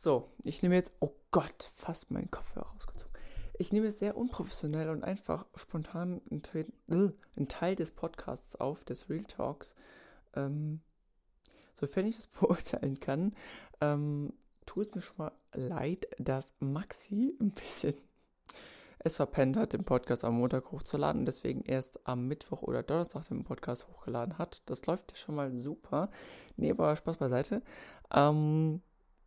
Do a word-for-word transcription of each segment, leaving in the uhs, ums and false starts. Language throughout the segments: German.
So, ich nehme jetzt, oh Gott, fast meinen Kopfhörer rausgezogen. Ich nehme jetzt sehr unprofessionell und einfach spontan einen Teil, äh, einen Teil des Podcasts auf, des Real Talks. Ähm, sofern ich das beurteilen kann, ähm, tut es mir schon mal leid, dass Maxi ein bisschen es verpennt hat, den Podcast am Montag hochzuladen, deswegen erst am Mittwoch oder Donnerstag den Podcast hochgeladen hat. Das läuft ja schon mal super. Nee, aber Spaß beiseite. Ähm,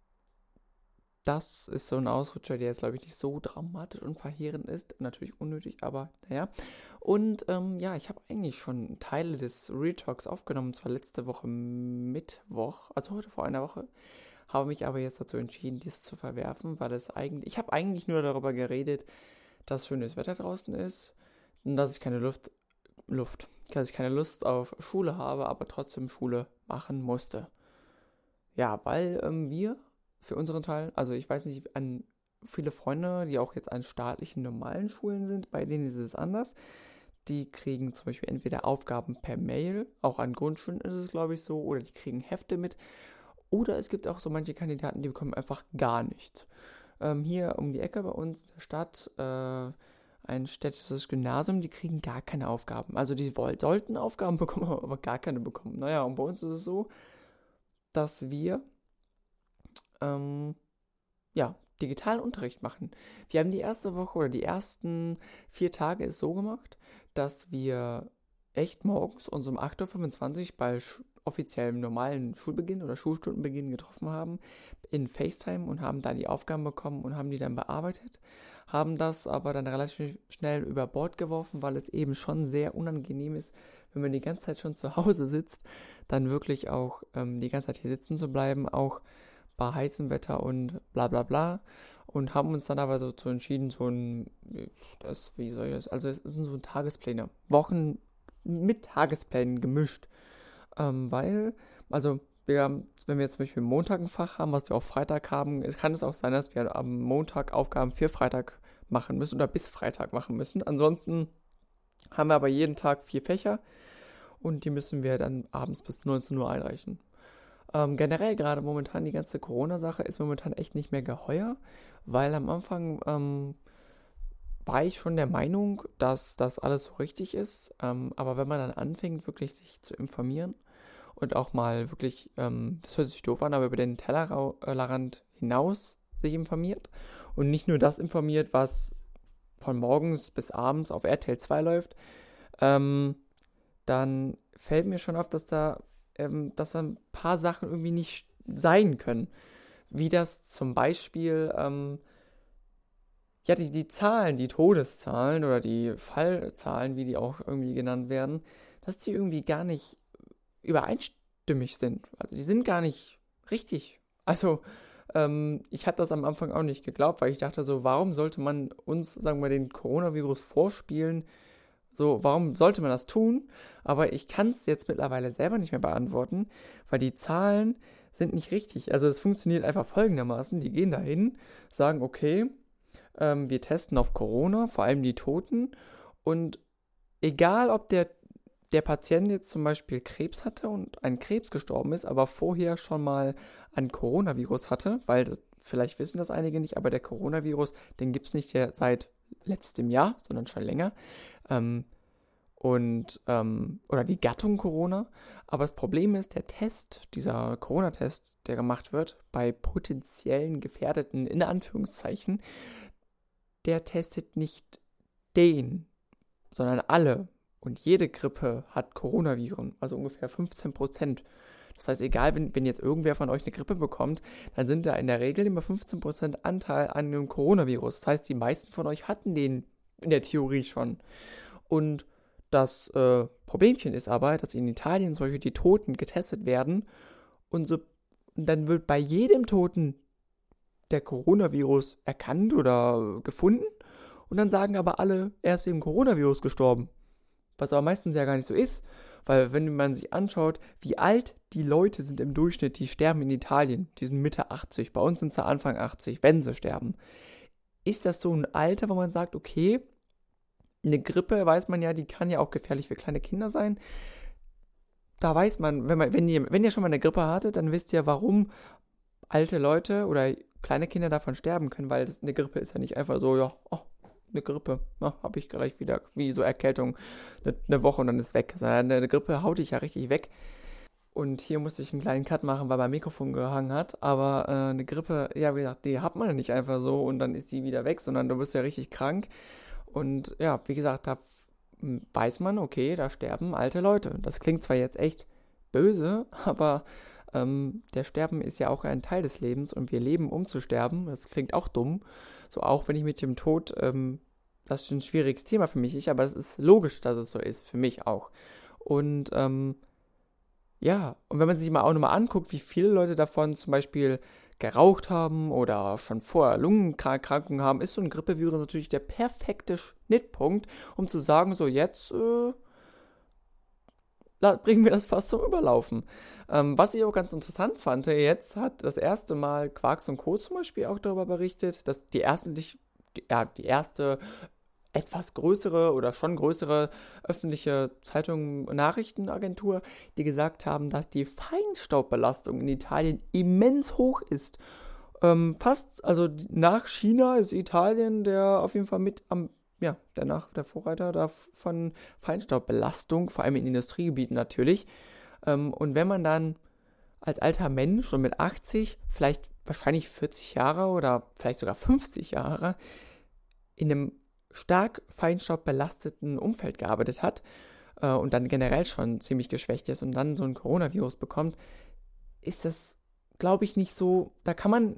das ist so ein Ausrutscher, der jetzt, glaube ich, nicht so dramatisch und verheerend ist. Natürlich unnötig, aber naja. Und ähm, ja, ich habe eigentlich schon Teile des Real Talks aufgenommen, und zwar letzte Woche Mittwoch, also heute vor einer Woche. Habe mich aber jetzt dazu entschieden, dies zu verwerfen, weil es eigentlich, ich habe eigentlich nur darüber geredet, dass schönes Wetter draußen ist und dass ich keine Luft, Luft, dass ich keine Lust auf Schule habe, aber trotzdem Schule machen musste. Ja, weil ähm, wir für unseren Teil, also ich weiß nicht, an viele Freunde, die auch jetzt an staatlichen normalen Schulen sind, bei denen ist es anders. Die kriegen zum Beispiel entweder Aufgaben per Mail, auch an Grundschulen ist es, glaube ich, so, oder die kriegen Hefte mit. Oder es gibt auch so manche Kandidaten, die bekommen einfach gar nichts. Ähm, hier um die Ecke bei uns in der Stadt äh, ein städtisches Gymnasium, die kriegen gar keine Aufgaben. Also die woll- sollten Aufgaben bekommen, aber gar keine bekommen. Naja, und bei uns ist es so, dass wir ähm, ja, digitalen Unterricht machen. Wir haben die erste Woche oder die ersten vier Tage ist so gemacht, dass wir echt morgens uns um acht Uhr fünfundzwanzig bei sch- offiziellem normalen Schulbeginn oder Schulstundenbeginn getroffen haben in FaceTime und haben da die Aufgaben bekommen und haben die dann bearbeitet, haben das aber dann relativ schnell über Bord geworfen, weil es eben schon sehr unangenehm ist, wenn man die ganze Zeit schon zu Hause sitzt, dann wirklich auch ähm, die ganze Zeit hier sitzen zu bleiben, auch bei heißem Wetter und bla bla bla, und haben uns dann aber so zu entschieden, so ein, das, wie soll ich das, also es sind so Tagespläne, Wochen mit Tagesplänen gemischt, ähm, weil, also wir haben, wenn wir jetzt zum Beispiel Montag ein Fach haben, was wir auch Freitag haben, es kann es auch sein, dass wir am Montag Aufgaben für Freitag machen müssen oder bis Freitag machen müssen. Ansonsten haben wir aber jeden Tag vier Fächer und die müssen wir dann abends bis neunzehn Uhr einreichen. Ähm, generell gerade momentan die ganze Corona-Sache ist momentan echt nicht mehr geheuer, weil am Anfang ähm, war ich schon der Meinung, dass das alles so richtig ist. Ähm, aber wenn man dann anfängt, wirklich sich zu informieren und auch mal wirklich, ähm, das hört sich doof an, aber über den Tellerrand hinaus sich informiert und nicht nur das informiert, was von morgens bis abends auf R T L zwei läuft, ähm, dann fällt mir schon auf, dass da, ähm, dass da ein paar Sachen irgendwie nicht sein können. Wie das zum Beispiel, ähm, ja, die, die Zahlen, die Todeszahlen oder die Fallzahlen, wie die auch irgendwie genannt werden, dass die irgendwie gar nicht übereinstimmig sind. Also die sind gar nicht richtig. Also ähm, ich hatte das am Anfang auch nicht geglaubt, weil ich dachte so, warum sollte man uns, sagen wir, den Coronavirus vorspielen? So, warum sollte man das tun? Aber ich kann es jetzt mittlerweile selber nicht mehr beantworten, weil die Zahlen sind nicht richtig. Also es funktioniert einfach folgendermaßen. Die gehen dahin, sagen, okay, ähm, wir testen auf Corona, vor allem die Toten. Und egal, ob der, der Patient jetzt zum Beispiel Krebs hatte und an Krebs gestorben ist, aber vorher schon mal ein Coronavirus hatte, weil das, vielleicht wissen das einige nicht, aber der Coronavirus, den gibt es nicht ja seit letztem Jahr, sondern schon länger. Ähm, und, ähm, oder die Gattung Corona. Aber das Problem ist, der Test, dieser Corona-Test, der gemacht wird, bei potenziellen Gefährdeten, in Anführungszeichen, der testet nicht den, sondern alle. Und jede Grippe hat Coronaviren, also ungefähr fünfzehn Prozent. Das heißt, egal, wenn, wenn jetzt irgendwer von euch eine Grippe bekommt, dann sind da in der Regel immer fünfzehn Prozent Anteil an dem Coronavirus. Das heißt, die meisten von euch hatten den in der Theorie schon. Und das äh, Problemchen ist aber, dass in Italien zum Beispiel die Toten getestet werden und, so, und dann wird bei jedem Toten der Coronavirus erkannt oder gefunden und dann sagen aber alle, er ist im Coronavirus gestorben. Was aber meistens ja gar nicht so ist, weil wenn man sich anschaut, wie alt die Leute sind im Durchschnitt, die sterben in Italien, die sind Mitte achtzig, bei uns sind sie Anfang achtzig, wenn sie sterben. Ist das so ein Alter, wo man sagt, okay, eine Grippe, weiß man ja, die kann ja auch gefährlich für kleine Kinder sein. Da weiß man, wenn man, wenn ihr, wenn ihr schon mal eine Grippe hattet, dann wisst ihr, warum alte Leute oder kleine Kinder davon sterben können, weil das, eine Grippe ist ja nicht einfach so, ja, oh, eine Grippe, ja, habe ich gleich wieder, wie so Erkältung, eine, eine Woche und dann ist weg. Sondern eine Grippe haut dich ja richtig weg. Und hier musste ich einen kleinen Cut machen, weil mein Mikrofon gehangen hat. Aber äh, eine Grippe, ja, wie gesagt, die hat man ja nicht einfach so und dann ist die wieder weg, sondern du wirst ja richtig krank. Und ja, wie gesagt, da f- weiß man, okay, da sterben alte Leute. Das klingt zwar jetzt echt böse, aber ähm, der Sterben ist ja auch ein Teil des Lebens und wir leben, um zu sterben. Das klingt auch dumm. So auch wenn ich mit dem Tod, ähm, das ist ein schwieriges Thema für mich ist, aber es ist logisch, dass es so ist, für mich auch. Und ähm, ja, und wenn man sich mal auch nochmal anguckt, wie viele Leute davon zum Beispiel geraucht haben oder schon vorher Lungenerkrankungen haben, ist so ein Grippevirus natürlich der perfekte Schnittpunkt, um zu sagen, so jetzt äh, la- bringen wir das fast zum Überlaufen. Ähm, was ich auch ganz interessant fand, jetzt hat das erste Mal Quarks und Co. zum Beispiel auch darüber berichtet, dass die ersten, die, ja, die erste etwas größere oder schon größere öffentliche Zeitung, Nachrichtenagentur, die gesagt haben, dass die Feinstaubbelastung in Italien immens hoch ist. Ähm, fast, also nach China ist Italien der auf jeden Fall mit am, ja, der, nach, der Vorreiter da von Feinstaubbelastung, vor allem in Industriegebieten natürlich. Ähm, und wenn man dann als alter Mensch und mit achtzig, vielleicht wahrscheinlich vierzig Jahre oder vielleicht sogar fünfzig Jahre in einem stark feinstaubbelasteten Umfeld gearbeitet hat äh, und dann generell schon ziemlich geschwächt ist und dann so ein Coronavirus bekommt, ist das, glaube ich, nicht so, da kann man,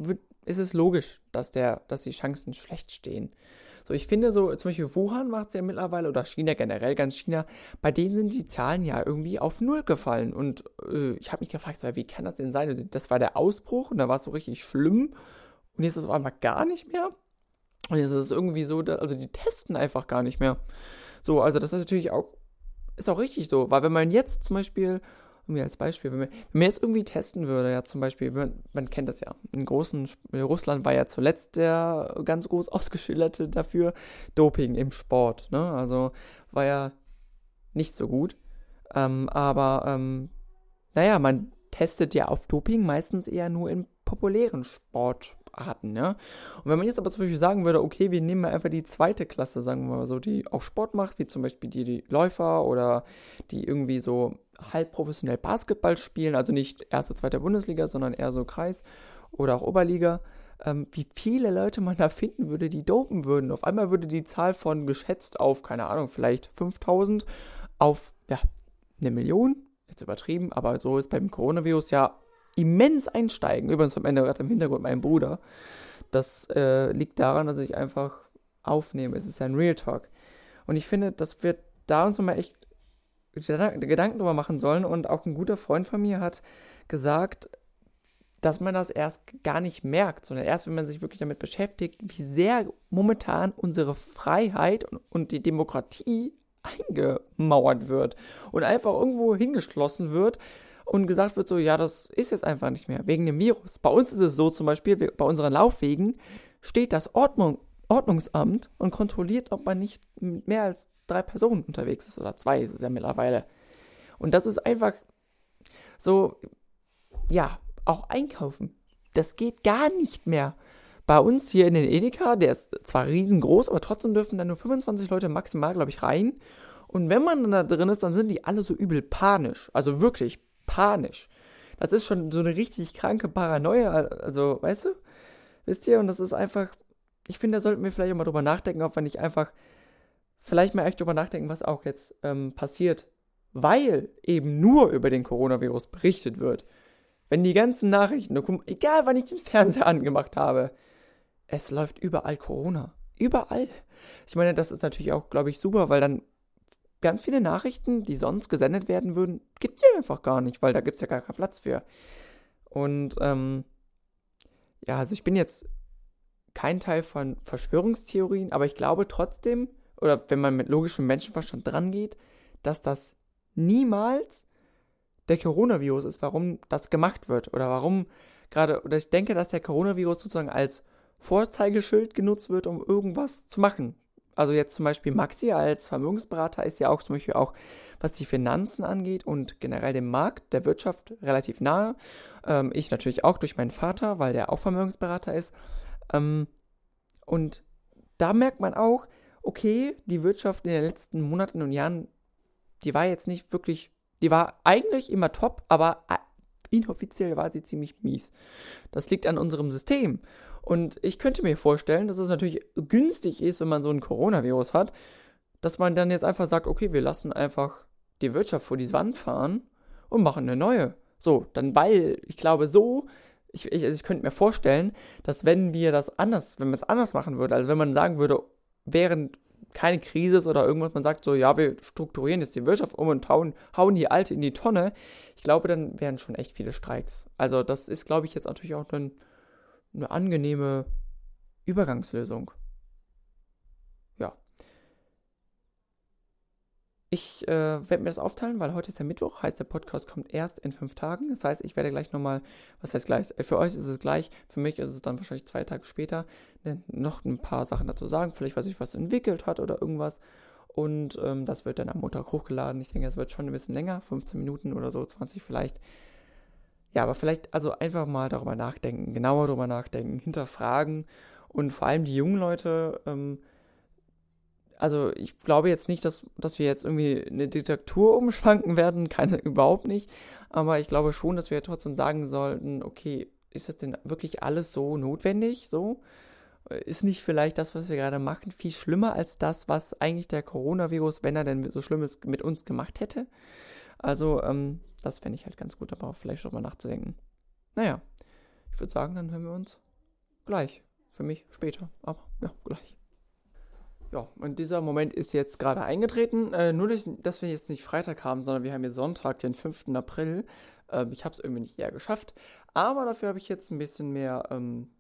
ist es logisch, dass der, dass die Chancen schlecht stehen. So, ich finde so, zum Beispiel Wuhan macht es ja mittlerweile, oder China generell, ganz China, bei denen sind die Zahlen ja irgendwie auf Null gefallen. Und äh, ich habe mich gefragt, so, wie kann das denn sein? Und das war der Ausbruch und da war es so richtig schlimm und jetzt ist es auf einmal gar nicht mehr. Und jetzt ist es irgendwie so, da, also die testen einfach gar nicht mehr. So, also das ist natürlich auch, ist auch richtig so, weil wenn man jetzt zum Beispiel, irgendwie als Beispiel, wenn man, wenn man jetzt irgendwie testen würde, ja zum Beispiel, man, man kennt das ja, in großen, Russland war ja zuletzt der ganz groß ausgeschilderte dafür, Doping im Sport, ne, also war ja nicht so gut, ähm, aber, ähm, naja, man testet ja auf Doping meistens eher nur in populären Sportarten, ja. Und wenn man jetzt aber zum Beispiel sagen würde, okay, wir nehmen mal einfach die zweite Klasse, sagen wir mal so, die auch Sport macht, wie zum Beispiel die, die Läufer oder die irgendwie so halb professionell Basketball spielen, also nicht erste, zweite Bundesliga, sondern eher so Kreis oder auch Oberliga, ähm, wie viele Leute man da finden würde, die dopen würden. Auf einmal würde die Zahl von geschätzt auf, keine Ahnung, vielleicht fünftausend auf, ja, eine Million, jetzt übertrieben, aber so ist beim Coronavirus ja immens einsteigen. Übrigens am Ende gerade im Hintergrund mein Bruder. Das äh, liegt daran, dass ich einfach aufnehme. Es ist ein Real Talk. Und ich finde, dass wir da uns nochmal echt Gedanken drüber machen sollen. Und auch ein guter Freund von mir hat gesagt, dass man das erst gar nicht merkt, sondern erst, wenn man sich wirklich damit beschäftigt, wie sehr momentan unsere Freiheit und, und die Demokratie eingemauert wird und einfach irgendwo hingeschlossen wird und gesagt wird so, ja, das ist jetzt einfach nicht mehr, wegen dem Virus. Bei uns ist es so zum Beispiel, wir, bei unseren Laufwegen steht das Ordnung, Ordnungsamt und kontrolliert, ob man nicht mit mehr als drei Personen unterwegs ist oder zwei ist es ja mittlerweile. Und das ist einfach so, ja, auch einkaufen. Das geht gar nicht mehr. Bei uns hier in den Edeka, der ist zwar riesengroß, aber trotzdem dürfen da nur fünfundzwanzig Leute maximal, glaube ich, rein. Und wenn man dann da drin ist, dann sind die alle so übel panisch. Also wirklich panisch. Das ist schon so eine richtig kranke Paranoia. Also, weißt du? Wisst ihr? Und das ist einfach, ich finde, da sollten wir vielleicht auch mal drüber nachdenken, ob wir nicht einfach vielleicht mal echt drüber nachdenken, was auch jetzt ähm, passiert. Weil eben nur über den Coronavirus berichtet wird. Wenn die ganzen Nachrichten, egal wann ich den Fernseher angemacht habe, es läuft überall Corona. Überall. Ich meine, das ist natürlich auch, glaube ich, super, weil dann ganz viele Nachrichten, die sonst gesendet werden würden, gibt es ja einfach gar nicht, weil da gibt es ja gar keinen Platz für. Und, ähm, ja, also ich bin jetzt kein Teil von Verschwörungstheorien, aber ich glaube trotzdem, oder wenn man mit logischem Menschenverstand dran geht, dass das niemals der Coronavirus ist, warum das gemacht wird oder warum gerade, oder ich denke, dass der Coronavirus sozusagen als Vorzeigeschild genutzt wird, um irgendwas zu machen. also jetzt zum Beispiel Maxi als Vermögensberater ist ja auch zum Beispiel auch, was die Finanzen angeht und generell dem Markt, der Wirtschaft relativ nahe. Ähm, ich natürlich auch durch meinen Vater, weil der auch Vermögensberater ist. Ähm, und da merkt man auch, okay, die Wirtschaft in den letzten Monaten und Jahren, die war jetzt nicht wirklich, die war eigentlich immer top, aber inoffiziell war sie ziemlich mies. Das liegt an unserem System. Und ich könnte mir vorstellen, dass es natürlich günstig ist, wenn man so ein Coronavirus hat, dass man dann jetzt einfach sagt, okay, wir lassen einfach die Wirtschaft vor die Wand fahren und machen eine neue. So, dann, weil, ich glaube so, ich, ich, also ich könnte mir vorstellen, dass wenn wir das anders, wenn man es anders machen würde, also wenn man sagen würde, während keine Krise ist oder irgendwas, man sagt so, ja, wir strukturieren jetzt die Wirtschaft um und hauen, hauen die alte in die Tonne, ich glaube, dann wären schon echt viele Streiks. Also das ist, glaube ich, jetzt natürlich auch ein, eine angenehme Übergangslösung. Ja. Ich äh, werde mir das aufteilen, weil heute ist der Mittwoch, heißt der Podcast kommt erst in fünf Tagen. Das heißt, ich werde gleich nochmal, was heißt gleich, für euch ist es gleich, für mich ist es dann wahrscheinlich zwei Tage später, ne, noch ein paar Sachen dazu sagen, vielleicht was sich was entwickelt hat oder irgendwas. Und ähm, das wird dann am Montag hochgeladen. Ich denke, es wird schon ein bisschen länger, fünfzehn Minuten oder so, zwanzig vielleicht. Ja, aber vielleicht also einfach mal darüber nachdenken, genauer darüber nachdenken, hinterfragen und vor allem die jungen Leute, ähm, also ich glaube jetzt nicht, dass, dass wir jetzt irgendwie eine Diktatur umschwanken werden, keine, überhaupt nicht, aber ich glaube schon, dass wir trotzdem sagen sollten, okay, ist das denn wirklich alles so notwendig, so? Ist nicht vielleicht das, was wir gerade machen, viel schlimmer als das, was eigentlich der Coronavirus, wenn er denn so schlimm ist, mit uns gemacht hätte? Also, ähm, das fände ich halt ganz gut, aber vielleicht auch mal nachzudenken. Naja, ich würde sagen, dann hören wir uns gleich. Für mich später, aber ja, gleich. Ja, und dieser Moment ist jetzt gerade eingetreten. Äh, nur, durch, dass wir jetzt nicht Freitag haben, sondern wir haben jetzt Sonntag, den fünften April. Ähm, ich habe es irgendwie nicht eher geschafft. Aber dafür habe ich jetzt ein bisschen mehr ähm,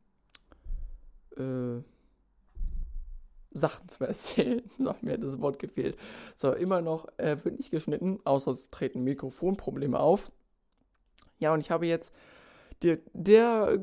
äh, Sachen zu erzählen. So, mir hat das Wort gefehlt. So, immer noch äh, wird nicht geschnitten, außer es treten Mikrofonprobleme auf. Ja, und ich habe jetzt der, der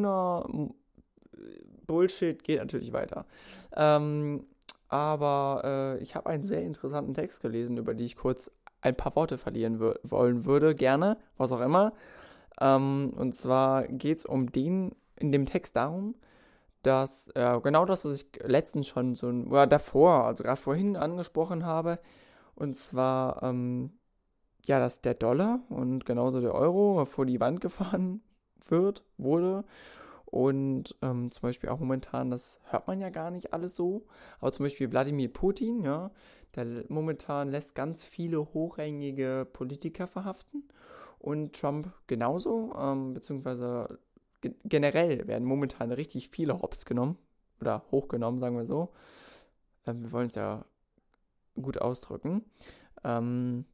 Corona-Bullshit geht natürlich weiter. Ähm, aber äh, ich habe einen sehr interessanten Text gelesen, über die ich kurz ein paar Worte verlieren wür- wollen würde, gerne, was auch immer. Ähm, und zwar geht es um den, in dem Text darum, dass äh, genau das, was ich letztens schon so, oder davor, also gerade vorhin angesprochen habe, und zwar, ähm, ja, dass der Dollar und genauso der Euro vor die Wand gefahren wird, wurde. Und ähm, zum Beispiel auch momentan, das hört man ja gar nicht alles so, aber zum Beispiel Wladimir Putin, ja, der momentan lässt ganz viele hochrangige Politiker verhaften und Trump genauso, ähm, beziehungsweise ge- generell werden momentan richtig viele Hops genommen oder hochgenommen, sagen wir so. Ähm, wir wollen es ja gut ausdrücken. Ähm,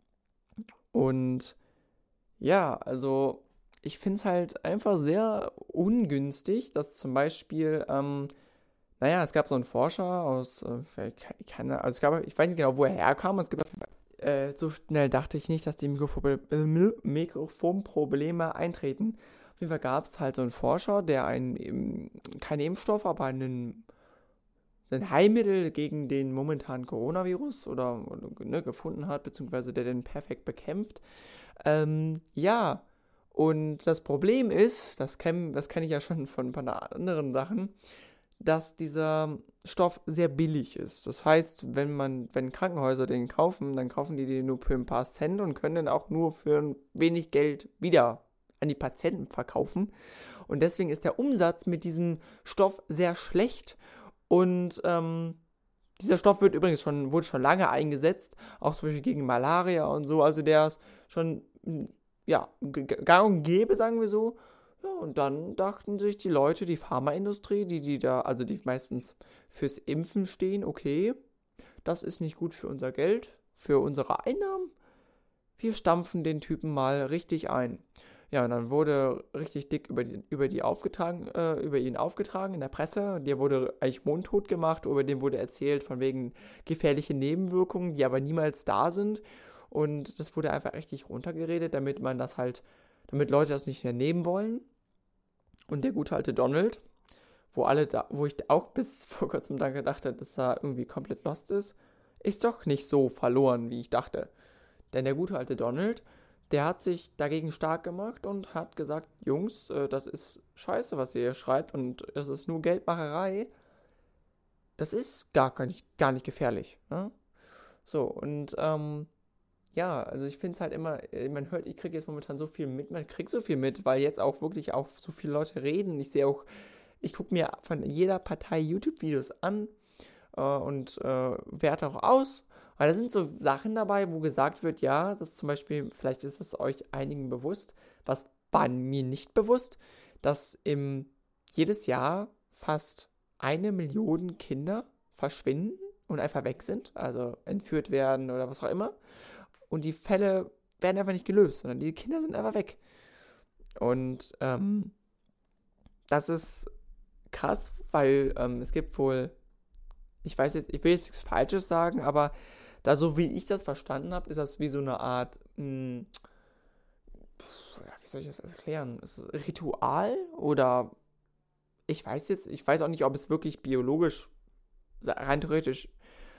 und ja, also ich finde es halt einfach sehr ungünstig, dass zum Beispiel, ähm, naja, es gab so einen Forscher aus, äh, keine, also es gab, ich weiß nicht genau, wo er herkam, es gibt, äh, so schnell dachte ich nicht, dass die Mikrofon- äh, Mikrofonprobleme eintreten. Auf jeden Fall gab es halt so einen Forscher, der einen, eben, keinen Impfstoff, aber einen, ein Heilmittel gegen den momentanen Coronavirus oder, oder ne, gefunden hat, beziehungsweise der den perfekt bekämpft. Ähm, ja, und das Problem ist, das kenne das kenn ich ja schon von ein paar anderen Sachen, dass dieser Stoff sehr billig ist. Das heißt, wenn man, wenn Krankenhäuser den kaufen, dann kaufen die den nur für ein paar Cent und können den auch nur für ein wenig Geld wieder an die Patienten verkaufen. Und deswegen ist der Umsatz mit diesem Stoff sehr schlecht. Und ähm, dieser Stoff wird übrigens schon, wurde schon lange eingesetzt, auch zum Beispiel gegen Malaria und so. Also der ist schon, ja, gang und gäbe, sagen wir so. Ja, und dann dachten sich die Leute, die Pharmaindustrie, die, die da, also die meistens fürs Impfen stehen, okay, das ist nicht gut für unser Geld, für unsere Einnahmen. Wir stampfen den Typen mal richtig ein. Ja, und dann wurde richtig dick über, die, über, die aufgetragen, äh, über ihn aufgetragen in der Presse. Der wurde eigentlich mundtot gemacht, über den wurde erzählt von wegen gefährliche Nebenwirkungen, die aber niemals da sind. Und das wurde einfach richtig runtergeredet, damit man das halt, damit Leute das nicht mehr nehmen wollen. Und der gute alte Donald wo alle da, wo ich auch bis vor kurzem dann gedacht habe, dass er irgendwie komplett lost ist, ist doch nicht so verloren, wie ich dachte. Denn der gute alte Donald, der hat sich dagegen stark gemacht und hat gesagt, Jungs, äh, das ist scheiße, was ihr hier schreibt und es ist nur Geldmacherei. Das ist gar, gar, nicht, gar nicht gefährlich. Ne? So, und ähm, ja, also ich finde es halt immer, man hört, ich kriege jetzt momentan so viel mit, man kriegt so viel mit, weil jetzt auch wirklich auch so viele Leute reden. Ich sehe auch, ich gucke mir von jeder Partei YouTube-Videos an äh, und äh, werte auch aus. Weil da sind so Sachen dabei, wo gesagt wird, ja, das zum Beispiel, vielleicht ist es euch einigen bewusst, was war mir nicht bewusst, dass im, jedes Jahr fast eine Million Kinder verschwinden und einfach weg sind, also entführt werden oder was auch immer. Und die Fälle werden einfach nicht gelöst, sondern die Kinder sind einfach weg. Und ähm, das ist krass, weil ähm, es gibt wohl, ich weiß jetzt, ich will jetzt nichts Falsches sagen, aber da, so wie ich das verstanden habe, ist das wie so eine Art, mh, ja, wie soll ich das erklären? Ist es Ritual oder ich weiß jetzt, ich weiß auch nicht, ob es wirklich biologisch, rein theoretisch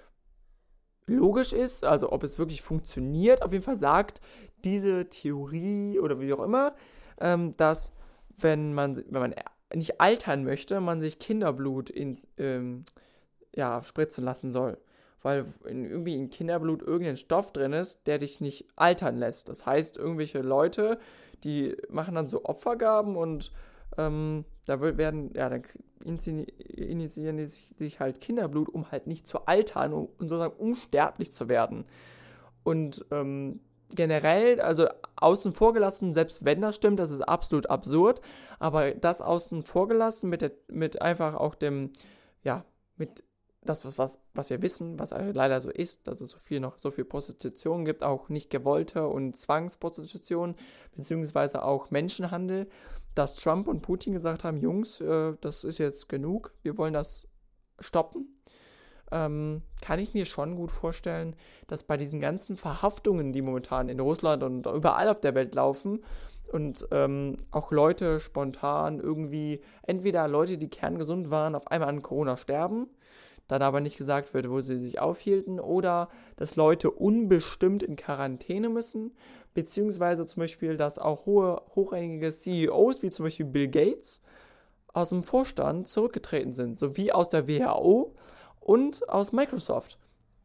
logisch ist, also ob es wirklich funktioniert. Auf jeden Fall sagt diese Theorie oder wie auch immer, ähm, dass wenn man, wenn man nicht altern möchte, man sich Kinderblut in, ähm, ja, spritzen lassen soll. Weil in, irgendwie in Kinderblut irgendein Stoff drin ist, der dich nicht altern lässt. Das heißt, irgendwelche Leute, die machen dann so Opfergaben und ähm, da werden, ja, dann initiieren die sich, sich halt Kinderblut, um halt nicht zu altern und, und sozusagen unsterblich zu werden. Und ähm, generell, also außen vor gelassen, selbst wenn das stimmt, das ist absolut absurd, aber das außen vor gelassen mit, der, mit einfach auch dem, ja, mit das, was, was, was wir wissen, was leider so ist, dass es so viel noch so viel Prostitution gibt, auch nicht gewollte und Zwangsprostitution, beziehungsweise auch Menschenhandel, dass Trump und Putin gesagt haben, Jungs, äh, das ist jetzt genug, wir wollen das stoppen, ähm, kann ich mir schon gut vorstellen, dass bei diesen ganzen Verhaftungen, die momentan in Russland und überall auf der Welt laufen, und ähm, auch Leute spontan irgendwie, entweder Leute, die kerngesund waren, auf einmal an Corona sterben, dann aber nicht gesagt wird, wo sie sich aufhielten, oder dass Leute unbestimmt in Quarantäne müssen, beziehungsweise zum Beispiel, dass auch hohe, hochrangige C E Os, wie zum Beispiel Bill Gates, aus dem Vorstand zurückgetreten sind, sowie aus der W H O und aus Microsoft.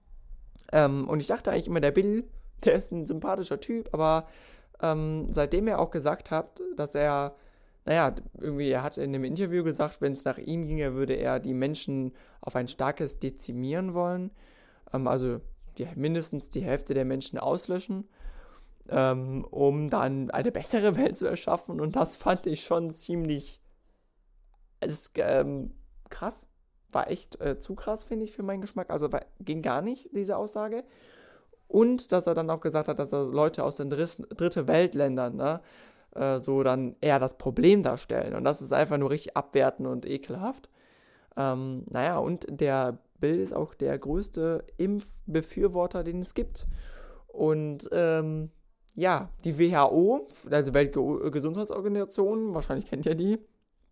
Ähm, und ich dachte eigentlich immer, der Bill, der ist ein sympathischer Typ, aber ähm, seitdem er auch gesagt hat, dass er naja, irgendwie, er hat in einem Interview gesagt, wenn es nach ihm ginge, würde er die Menschen auf ein starkes dezimieren wollen. Ähm, also die, mindestens die Hälfte der Menschen auslöschen, ähm, um dann eine bessere Welt zu erschaffen. Und das fand ich schon ziemlich also, ähm, krass. War echt äh, zu krass, finde ich, für meinen Geschmack. Also war, ging gar nicht, diese Aussage. Und dass er dann auch gesagt hat, dass er Leute aus den Driss, dritte Weltländern, ne, so dann eher das Problem darstellen. Und das ist einfach nur richtig abwertend und ekelhaft. Ähm, naja, und der Bill ist auch der größte Impfbefürworter, den es gibt. Und ähm, ja, die W H O, also Weltgesundheitsorganisation, wahrscheinlich kennt ihr die,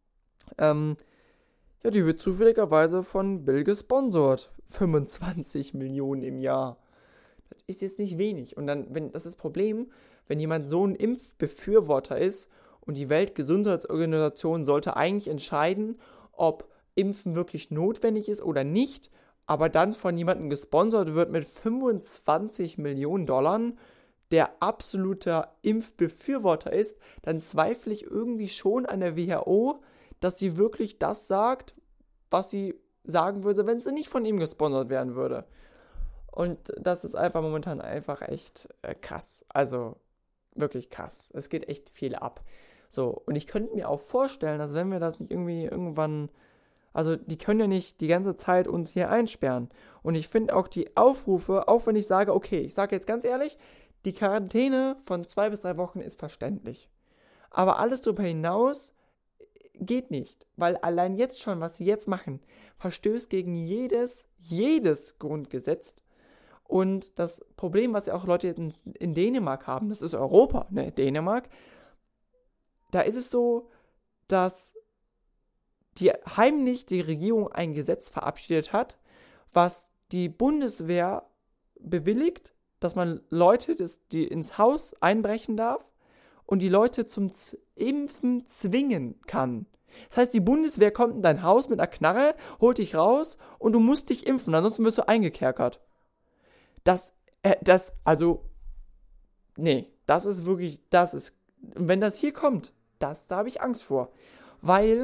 ähm, ja, die wird zufälligerweise von Bill gesponsert. fünfundzwanzig Millionen im Jahr. Das ist jetzt nicht wenig. Und dann, wenn das ist das Problem, wenn jemand so ein Impfbefürworter ist und die Weltgesundheitsorganisation sollte eigentlich entscheiden, ob Impfen wirklich notwendig ist oder nicht, aber dann von jemandem gesponsert wird mit fünfundzwanzig Millionen Dollar, der absoluter Impfbefürworter ist, dann zweifle ich irgendwie schon an der W H O, dass sie wirklich das sagt, was sie sagen würde, wenn sie nicht von ihm gesponsert werden würde. Und das ist einfach momentan einfach echt äh, krass. Also wirklich krass. Es geht echt viel ab. So, und ich könnte mir auch vorstellen, dass wenn wir das nicht irgendwie irgendwann, also die können ja nicht die ganze Zeit uns hier einsperren. Und ich finde auch die Aufrufe, auch wenn ich sage, okay, ich sage jetzt ganz ehrlich, die Quarantäne von zwei bis drei Wochen ist verständlich. Aber alles darüber hinaus geht nicht, weil allein jetzt schon, was sie jetzt machen, verstößt gegen jedes, jedes Grundgesetz. Und das Problem, was ja auch Leute in, in Dänemark haben, das ist Europa, ne, Dänemark, da ist es so, dass die heimlich die Regierung ein Gesetz verabschiedet hat, was die Bundeswehr bewilligt, dass man Leute, das, die ins Haus einbrechen darf und die Leute zum Z- Impfen zwingen kann. Das heißt, die Bundeswehr kommt in dein Haus mit einer Knarre, holt dich raus und du musst dich impfen, ansonsten wirst du eingekerkert. Das, äh, das, also, nee, das ist wirklich, das ist, wenn das hier kommt, das, da habe ich Angst vor. Weil,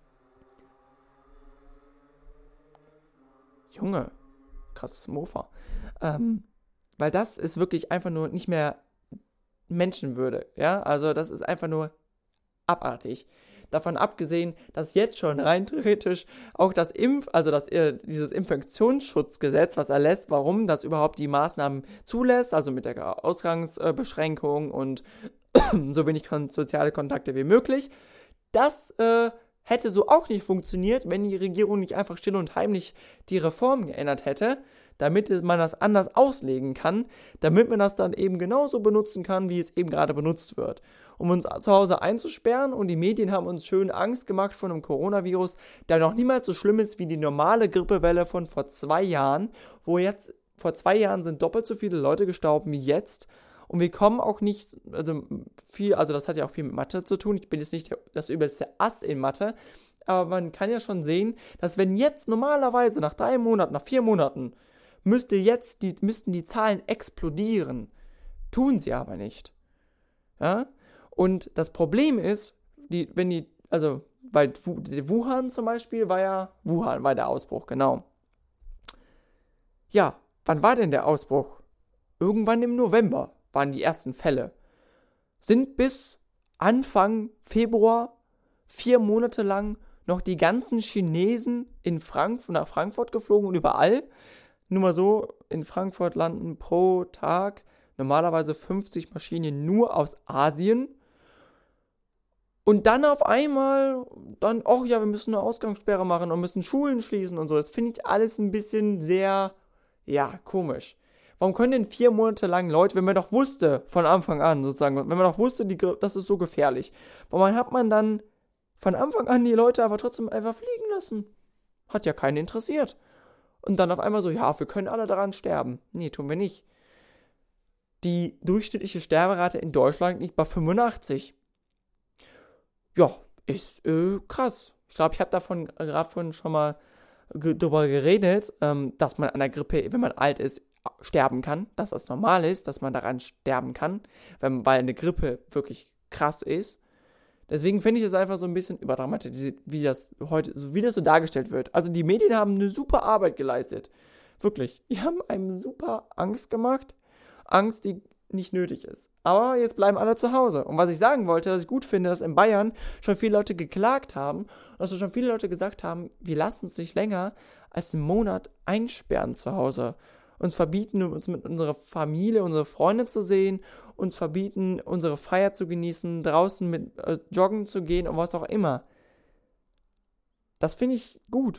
Junge, krasses Mofa, ähm, weil das ist wirklich einfach nur nicht mehr Menschenwürde, ja, also das ist einfach nur abartig. Davon abgesehen, dass jetzt schon rein theoretisch auch das Impf, also das, äh, dieses Infektionsschutzgesetz, was erlässt, warum das überhaupt die Maßnahmen zulässt, also mit der Ausgangsbeschränkung und so wenig kon- soziale Kontakte wie möglich, das äh, hätte so auch nicht funktioniert, wenn die Regierung nicht einfach still und heimlich die Reform geändert hätte, damit man das anders auslegen kann, damit man das dann eben genauso benutzen kann, wie es eben gerade benutzt wird. Um uns zu Hause einzusperren, und die Medien haben uns schön Angst gemacht vor einem Coronavirus, der noch niemals so schlimm ist wie die normale Grippewelle von vor zwei Jahren, wo jetzt, vor zwei Jahren sind doppelt so viele Leute gestorben wie jetzt, und wir kommen auch nicht, also viel, also das hat ja auch viel mit Mathe zu tun, ich bin jetzt nicht der, das übelste Ass in Mathe, aber man kann ja schon sehen, dass wenn jetzt normalerweise nach drei Monaten, nach vier Monaten, müsste jetzt die, müssten die Zahlen explodieren. Tun sie aber nicht. Ja? Und das Problem ist, die, wenn die, also, bei Wuhan zum Beispiel war ja, Wuhan war der Ausbruch, genau. Ja, wann war denn der Ausbruch? Irgendwann im November waren die ersten Fälle. Sind bis Anfang Februar vier Monate lang noch die ganzen Chinesen in Frank- nach Frankfurt geflogen und überall. Nur mal so, in Frankfurt landen pro Tag normalerweise fünfzig Maschinen nur aus Asien. Und dann auf einmal, dann, oh ja, wir müssen eine Ausgangssperre machen und müssen Schulen schließen und so. Das finde ich alles ein bisschen sehr, ja, komisch. Warum können denn vier Monate lang Leute, wenn man doch wusste, von Anfang an sozusagen, wenn man doch wusste, die, das ist so gefährlich, warum hat man dann von Anfang an die Leute aber trotzdem einfach fliegen lassen? Hat ja keinen interessiert. Und dann auf einmal so, ja, wir können alle daran sterben. Nee, tun wir nicht. Die durchschnittliche Sterberate in Deutschland liegt bei fünfundachtzig. Ja, ist äh, krass. Ich glaube, ich habe davon gerade vorhin schon mal g- drüber geredet, ähm, dass man an der Grippe, wenn man alt ist, sterben kann. Dass das normal ist, dass man daran sterben kann, wenn, weil eine Grippe wirklich krass ist. Deswegen finde ich es einfach so ein bisschen überdramatisiert, wie das heute, wie das so dargestellt wird. Also die Medien haben eine super Arbeit geleistet. Wirklich. Die haben einem super Angst gemacht. Angst, die nicht nötig ist. Aber jetzt bleiben alle zu Hause. Und was ich sagen wollte, dass ich gut finde, dass in Bayern schon viele Leute geklagt haben und dass schon viele Leute gesagt haben, wir lassen uns nicht länger als einen Monat einsperren zu Hause. Uns verbieten, uns mit unserer Familie, unsere Freunde zu sehen, uns verbieten, unsere Freiheit zu genießen, draußen mit äh, joggen zu gehen und was auch immer. Das finde ich gut.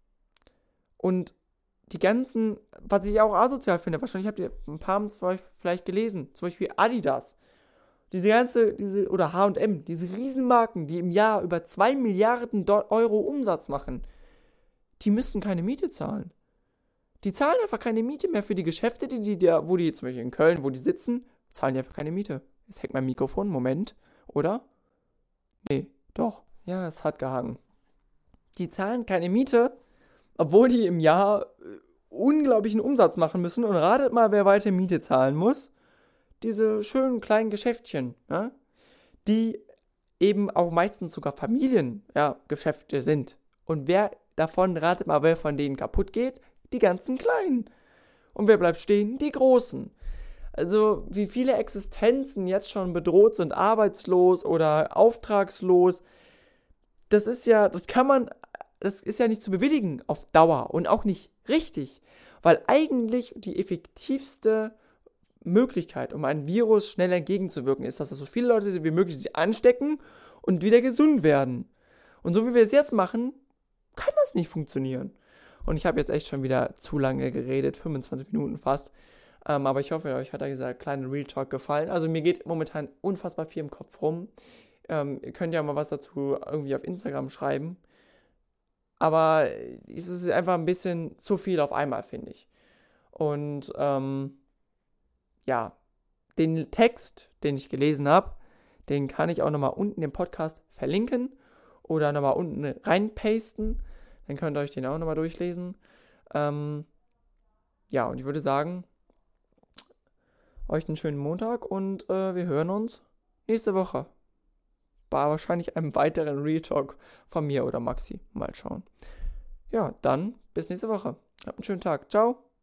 Und die ganzen, was ich auch asozial finde, wahrscheinlich habt ihr ein paar von euch vielleicht gelesen, zum Beispiel Adidas. Diese ganze, diese, oder H und M, diese Riesenmarken, die im Jahr über zwei Milliarden Euro Umsatz machen, die müssen keine Miete zahlen. Die zahlen einfach keine Miete mehr für die Geschäfte, die die da, wo die, zum Beispiel in Köln, wo die sitzen, zahlen die einfach keine Miete. Jetzt hängt mein Mikrofon, Moment, oder? Nee, doch. Ja, es hat gehangen. Die zahlen keine Miete, obwohl die im Jahr äh, unglaublichen Umsatz machen müssen. Und ratet mal, wer weiter Miete zahlen muss. Diese schönen kleinen Geschäftchen, ja? Die eben auch meistens sogar Familiengeschäfte ja, sind. Und wer davon, ratet mal, wer von denen kaputt geht? Die ganzen Kleinen. Und wer bleibt stehen? Die Großen. Also wie viele Existenzen jetzt schon bedroht sind, arbeitslos oder auftragslos, das ist ja, das kann man, das ist ja nicht zu bewilligen auf Dauer und auch nicht richtig, weil eigentlich die effektivste Möglichkeit, um einem Virus schnell entgegenzuwirken, ist, dass so viele Leute wie möglich sich anstecken und wieder gesund werden. Und so wie wir es jetzt machen, kann das nicht funktionieren. Und ich habe jetzt echt schon wieder zu lange geredet, fünfundzwanzig Minuten fast. Ähm, aber ich hoffe, euch hat dieser kleine Real Talk gefallen. Also mir geht momentan unfassbar viel im Kopf rum. Ähm, ihr könnt ja mal was dazu irgendwie auf Instagram schreiben. aber es ist einfach ein bisschen zu viel auf einmal, finde ich. Und ähm, ja, den Text, den ich gelesen habe, den kann ich auch nochmal unten im Podcast verlinken oder nochmal unten reinpasten. Dann könnt ihr euch den auch nochmal durchlesen. Ähm, ja, und ich würde sagen, euch einen schönen Montag und äh, wir hören uns nächste Woche. Bei wahrscheinlich einem weiteren Real Talk von mir oder Maxi. Mal schauen. Ja, dann bis nächste Woche. Habt einen schönen Tag. Ciao.